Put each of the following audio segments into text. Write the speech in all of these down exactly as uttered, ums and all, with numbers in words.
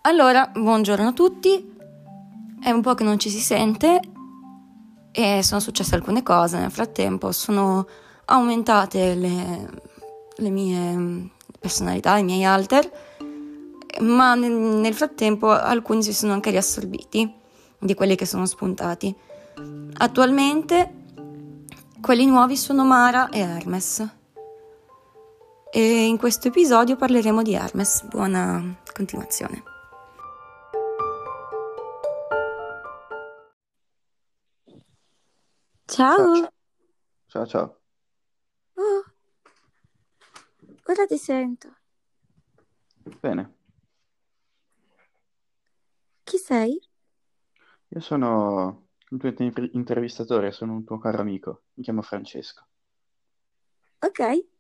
Allora, buongiorno a tutti. È un po' che non ci si sente e sono successe alcune cose nel frattempo. Sono aumentate le, le mie personalità, i miei alter, ma nel, nel frattempo alcuni si sono anche riassorbiti di quelli che sono spuntati. Attualmente quelli nuovi sono Mara e Hermes. E in questo episodio parleremo di Hermes. Buona continuazione. Ciao, Ciao. ciao, ciao. Oh, ora ti sento. Bene, Chi sei? io sono il tuo inter- intervistatore, sono un tuo caro amico, mi chiamo Francesco. Ok,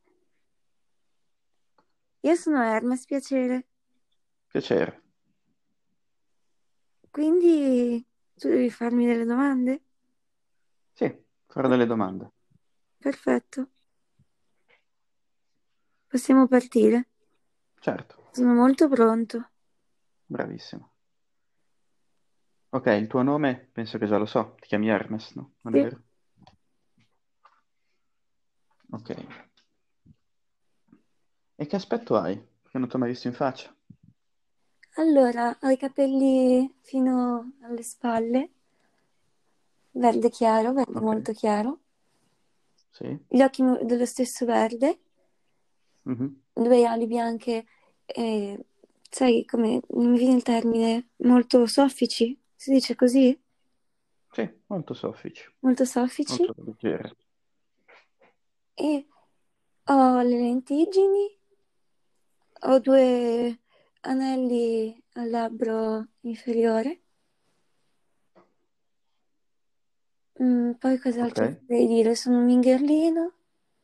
io sono Hermes, piacere. Piacere. Quindi tu devi farmi delle domande? Sì, farò delle domande. Perfetto, possiamo partire. Certo, Sono molto pronto. bravissimo. Ok, il tuo nome penso che già lo so, ti chiami Hermes, no? Non è Sì. vero? Ok. E che aspetto hai? Che non ti ho mai visto in faccia. Allora, ho i capelli fino alle spalle, verde chiaro, verde Ok, molto chiaro, sì. gli occhi mo- dello stesso verde, Mhm. due ali bianche e, sai come, non mi viene il termine, molto soffici, si dice così? Sì, molto soffici, Molto soffici. molto leggere. E ho le lentiggini, ho due anelli al labbro inferiore. Mm, poi Ok. cos'altro potrei dire? Sono un mingherlino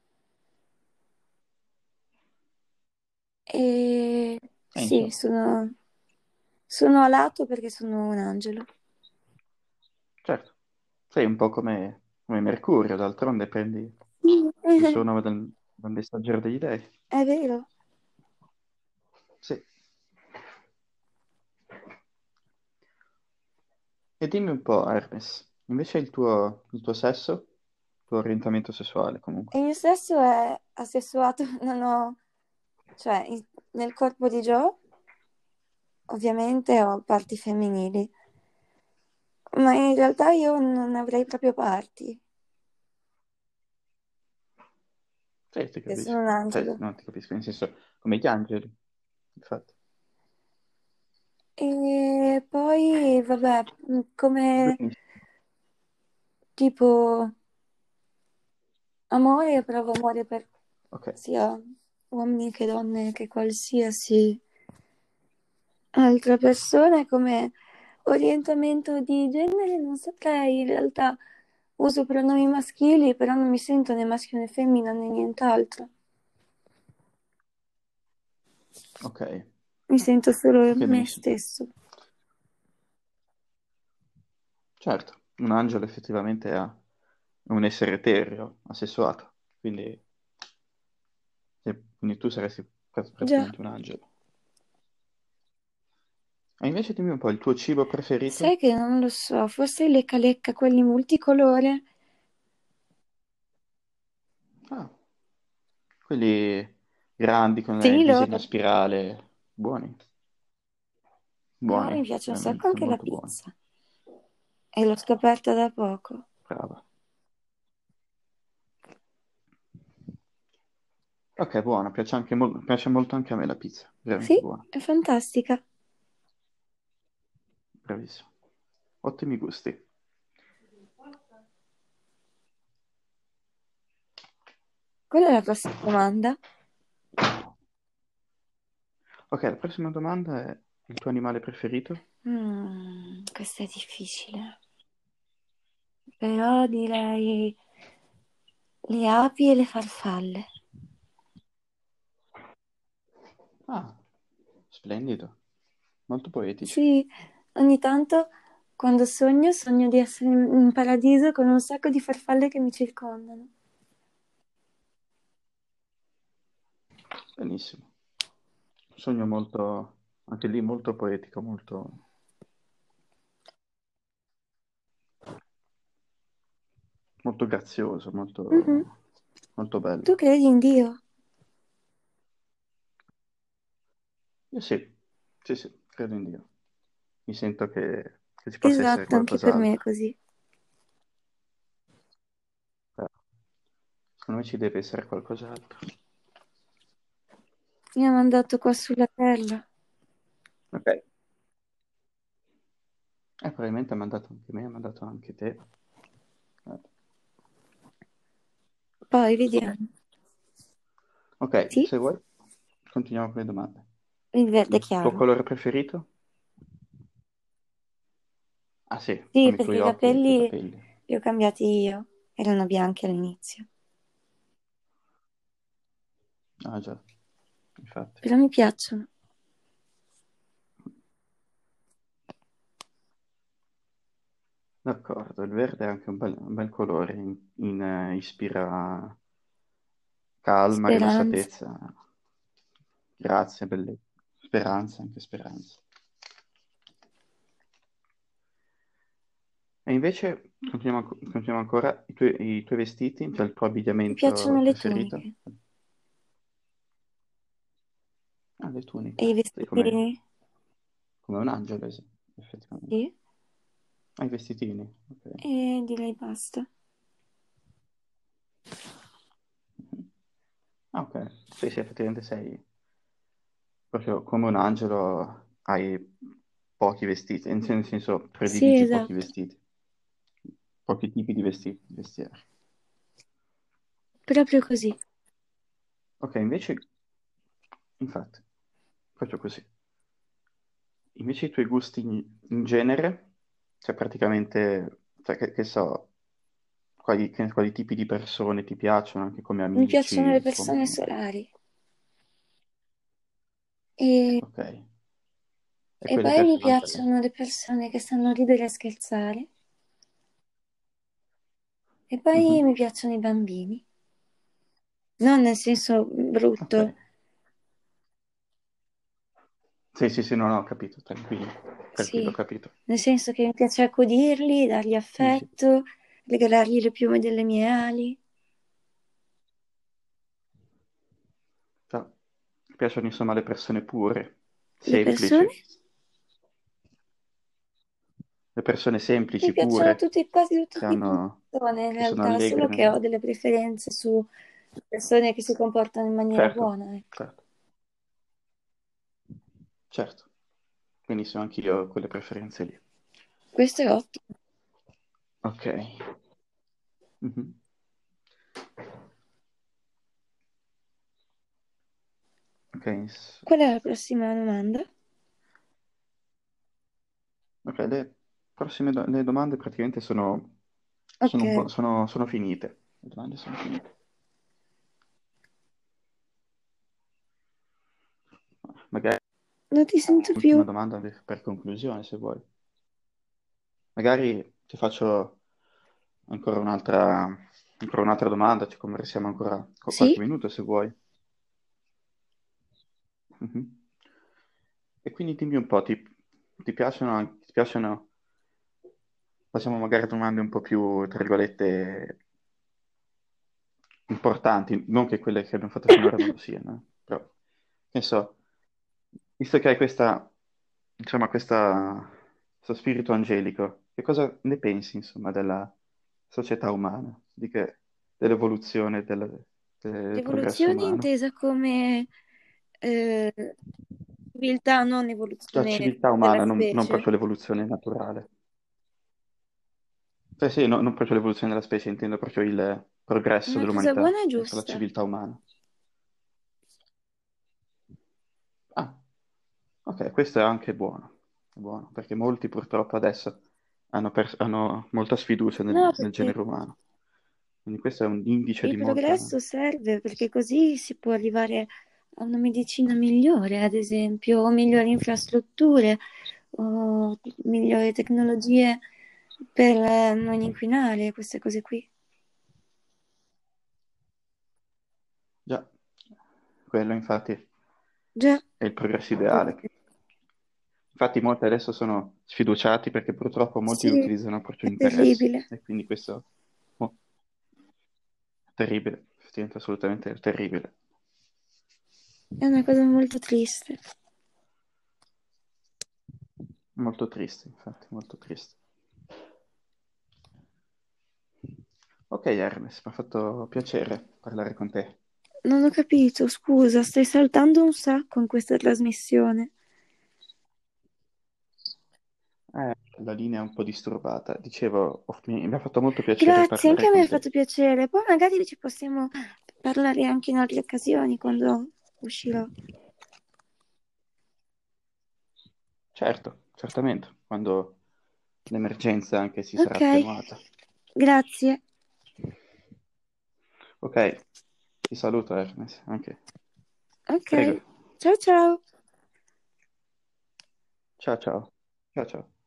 e E sì, insomma, sono, sono a lato perché sono un angelo. certo, sei un po' come, come Mercurio, d'altronde prendi il suo nome dal, dal messaggero degli dei. È vero. Sì. E dimmi un po', Hermes, invece il tuo, il tuo sesso, il tuo orientamento sessuale E comunque. il mio stesso è asessuato, non ho, cioè, in- nel corpo di Joe, ovviamente ho parti femminili, ma in realtà io non avrei proprio parti, Sì, ti che sono un capisco. Cioè, angelo. no, ti capisco, nel senso, come gli angeli, infatti. E poi, vabbè, come Benissimo. tipo amore, io provo amore per Ok, sia uomini che donne, che qualsiasi altra persona, e come orientamento di genere non saprei, in realtà uso pronomi maschili, però non mi sento né maschio né femmina né nient'altro. ok, Mi sento solo ok, me benissimo. stesso. Certo, un angelo effettivamente ha- è un essere etereo, asessuato, quindi, sì, quindi tu saresti pr- Già, praticamente un angelo. E invece dimmi un po' il tuo cibo sai preferito? che non lo so, forse i lecca lecca, quelli multicolore. Ah, quelli grandi con il Sì, disegno a loro. spirale, buoni, Però buoni, mi piace un sacco veramente, sono anche la molto buoni. pizza. E l'ho scoperta da poco. Brava. Ok, buona, piace anche mol- piace molto anche a me la pizza, veramente Sì, buona, è fantastica. bravissimo. Ottimi gusti. Qual è la prossima domanda? Ok, la prossima domanda è il tuo animale preferito? Mm, questa è difficile. Però direi le api e le farfalle. Ah, splendido, molto poetici. Sì, ogni tanto quando sogno, sogno di essere in in paradiso con un sacco di farfalle che mi circondano. Benissimo. Sogno molto, Anche lì molto poetico, molto, molto grazioso, Mhm. molto, molto Tu bello. credi in Dio? Io sì, sì, sì, credo in Dio. Mi sento che, che ci possa essere Esatto, anche per me è qualcos'altro. così. Eh, Secondo me ci deve essere qualcos'altro. Mi ha mandato qua sulla terra. Ok. Eh, probabilmente ha mandato anche me, ha mandato anche te. Eh, Poi vediamo. Ok, Sì, se vuoi, continuiamo con le domande. il verde Il tuo chiaro. colore preferito? Ah sì, Sì, sono i perché tuoi i occhi e i tuoi capelli capelli. li ho cambiati io. Erano bianchi all'inizio. Ah già, infatti. Però mi piacciono. D'accordo, il verde è anche un bel, un bel colore, in- in, eh, ispira calma, Speranza. rilassatezza, grazia, bellezza, speranza, anche speranza. E invece, continuiamo, anco- continuiamo ancora, i tuoi, i tuoi vestiti, cioè il tuo Mi abbigliamento piacciono le preferito? tuniche. Ah, le E i tuniche, sei come, vestitini? come un angelo, sì, effettivamente. Sì. Ah, i vestitini, ok. E direi basta. Mhm. Ah, ok, sì, sì, effettivamente sei proprio come un angelo, hai pochi vestiti, nel nel senso Sì, prediligi pochi esatto. vestiti, pochi tipi di vestiti, di vestieri. Proprio così. Ok, invece, infatti, proprio così. Invece i tuoi gusti in, in genere, cioè praticamente, cioè, che, che so, quali, che- quali tipi di persone ti piacciono, anche come Mi piacciono le amici, persone come... solari. E, Ok, e e quelle poi mi persone... piacciono le persone che sanno ridere e scherzare. E poi Mhm. mi piacciono i bambini. Non nel senso Ok, brutto, sì, sì, sì, no, no, ho capito, tranquillo, tranquillo, ho sì. capito. Nel senso che mi piace accudirli, dargli Sì, sì. affetto, regalargli le piume delle mie ali. Cioè, mi piacciono insomma le persone pure, Le persone? semplici, le persone Mi semplici piacciono pure, tutti, quasi tutti i che tipi di hanno, persone in che sono realtà, allegre. solo che ho nel- delle preferenze su persone che si comportano in maniera Certo, buona, ecco. certo, certo. Quindi sono anch'io quelle preferenze lì. Questo è ottimo. Ok. Mhm. Ok, s- Qual è la prossima domanda? ok, le prossime do- le domande praticamente sono, sono, Ok, un po', sono, sono finite. Le domande sono finite. Magari non ti sento l'ultima più. domanda per per conclusione, se vuoi. Magari ti faccio ancora un'altra ancora un'altra domanda, ci conversiamo ancora qu- qualche Sì? minuto se vuoi. Mhm. E quindi dimmi un po', ti, ti piacciono, anche- ti piacciono, facciamo magari domande un po' più, tra virgolette, importanti, non che quelle che abbiamo fatto finora non lo siano, eh, però, che so, visto che hai questa, insomma, questa, questo spirito angelico, che cosa ne pensi, insomma, della società umana, di che, dell'evoluzione, del, del progresso L'evoluzione umano? intesa come eh, civiltà, non La evoluzione civiltà della umana, non, non specie. proprio l'evoluzione naturale. Cioè sì, no- non proprio l'evoluzione della specie, intendo proprio il progresso Una cosa dell'umanità buona e verso la giusta. civiltà umana. Ah, ok, questo è anche buono, è buono, perché molti purtroppo adesso hanno, pers- hanno molta sfiducia No, nel, nel perché genere umano. Quindi questo è un indice il di molta... progresso serve, perché così si può arrivare a una medicina migliore, ad esempio, o migliori infrastrutture, o migliori tecnologie per eh, non inquinare, queste cose qui. Già, quello infatti Già, è il progresso ideale. Infatti molti adesso sono sfiduciati perché purtroppo molti lo Sì, utilizzano per è più interessi terribile. e quindi questo oh, è terribile, diventa assolutamente terribile. È una cosa molto triste. Molto triste, infatti, molto triste. Ok, Hermes, mi ha fatto piacere parlare con te. Non ho capito, scusa, stai saltando un sacco in questa trasmissione. Eh, la linea è un po' disturbata. Dicevo, ho- mi mi ha fatto molto piacere Grazie, anche parlare a me con ha fatto te. piacere. Poi magari ci possiamo parlare anche in altre occasioni quando uscirò. Certo, certamente, quando l'emergenza anche si sarà Ok, attenuata. grazie. Ok, ti saluto, Hermes, anche. Ok, Prego. ciao ciao. Ciao, ciao. Ciao, ciao.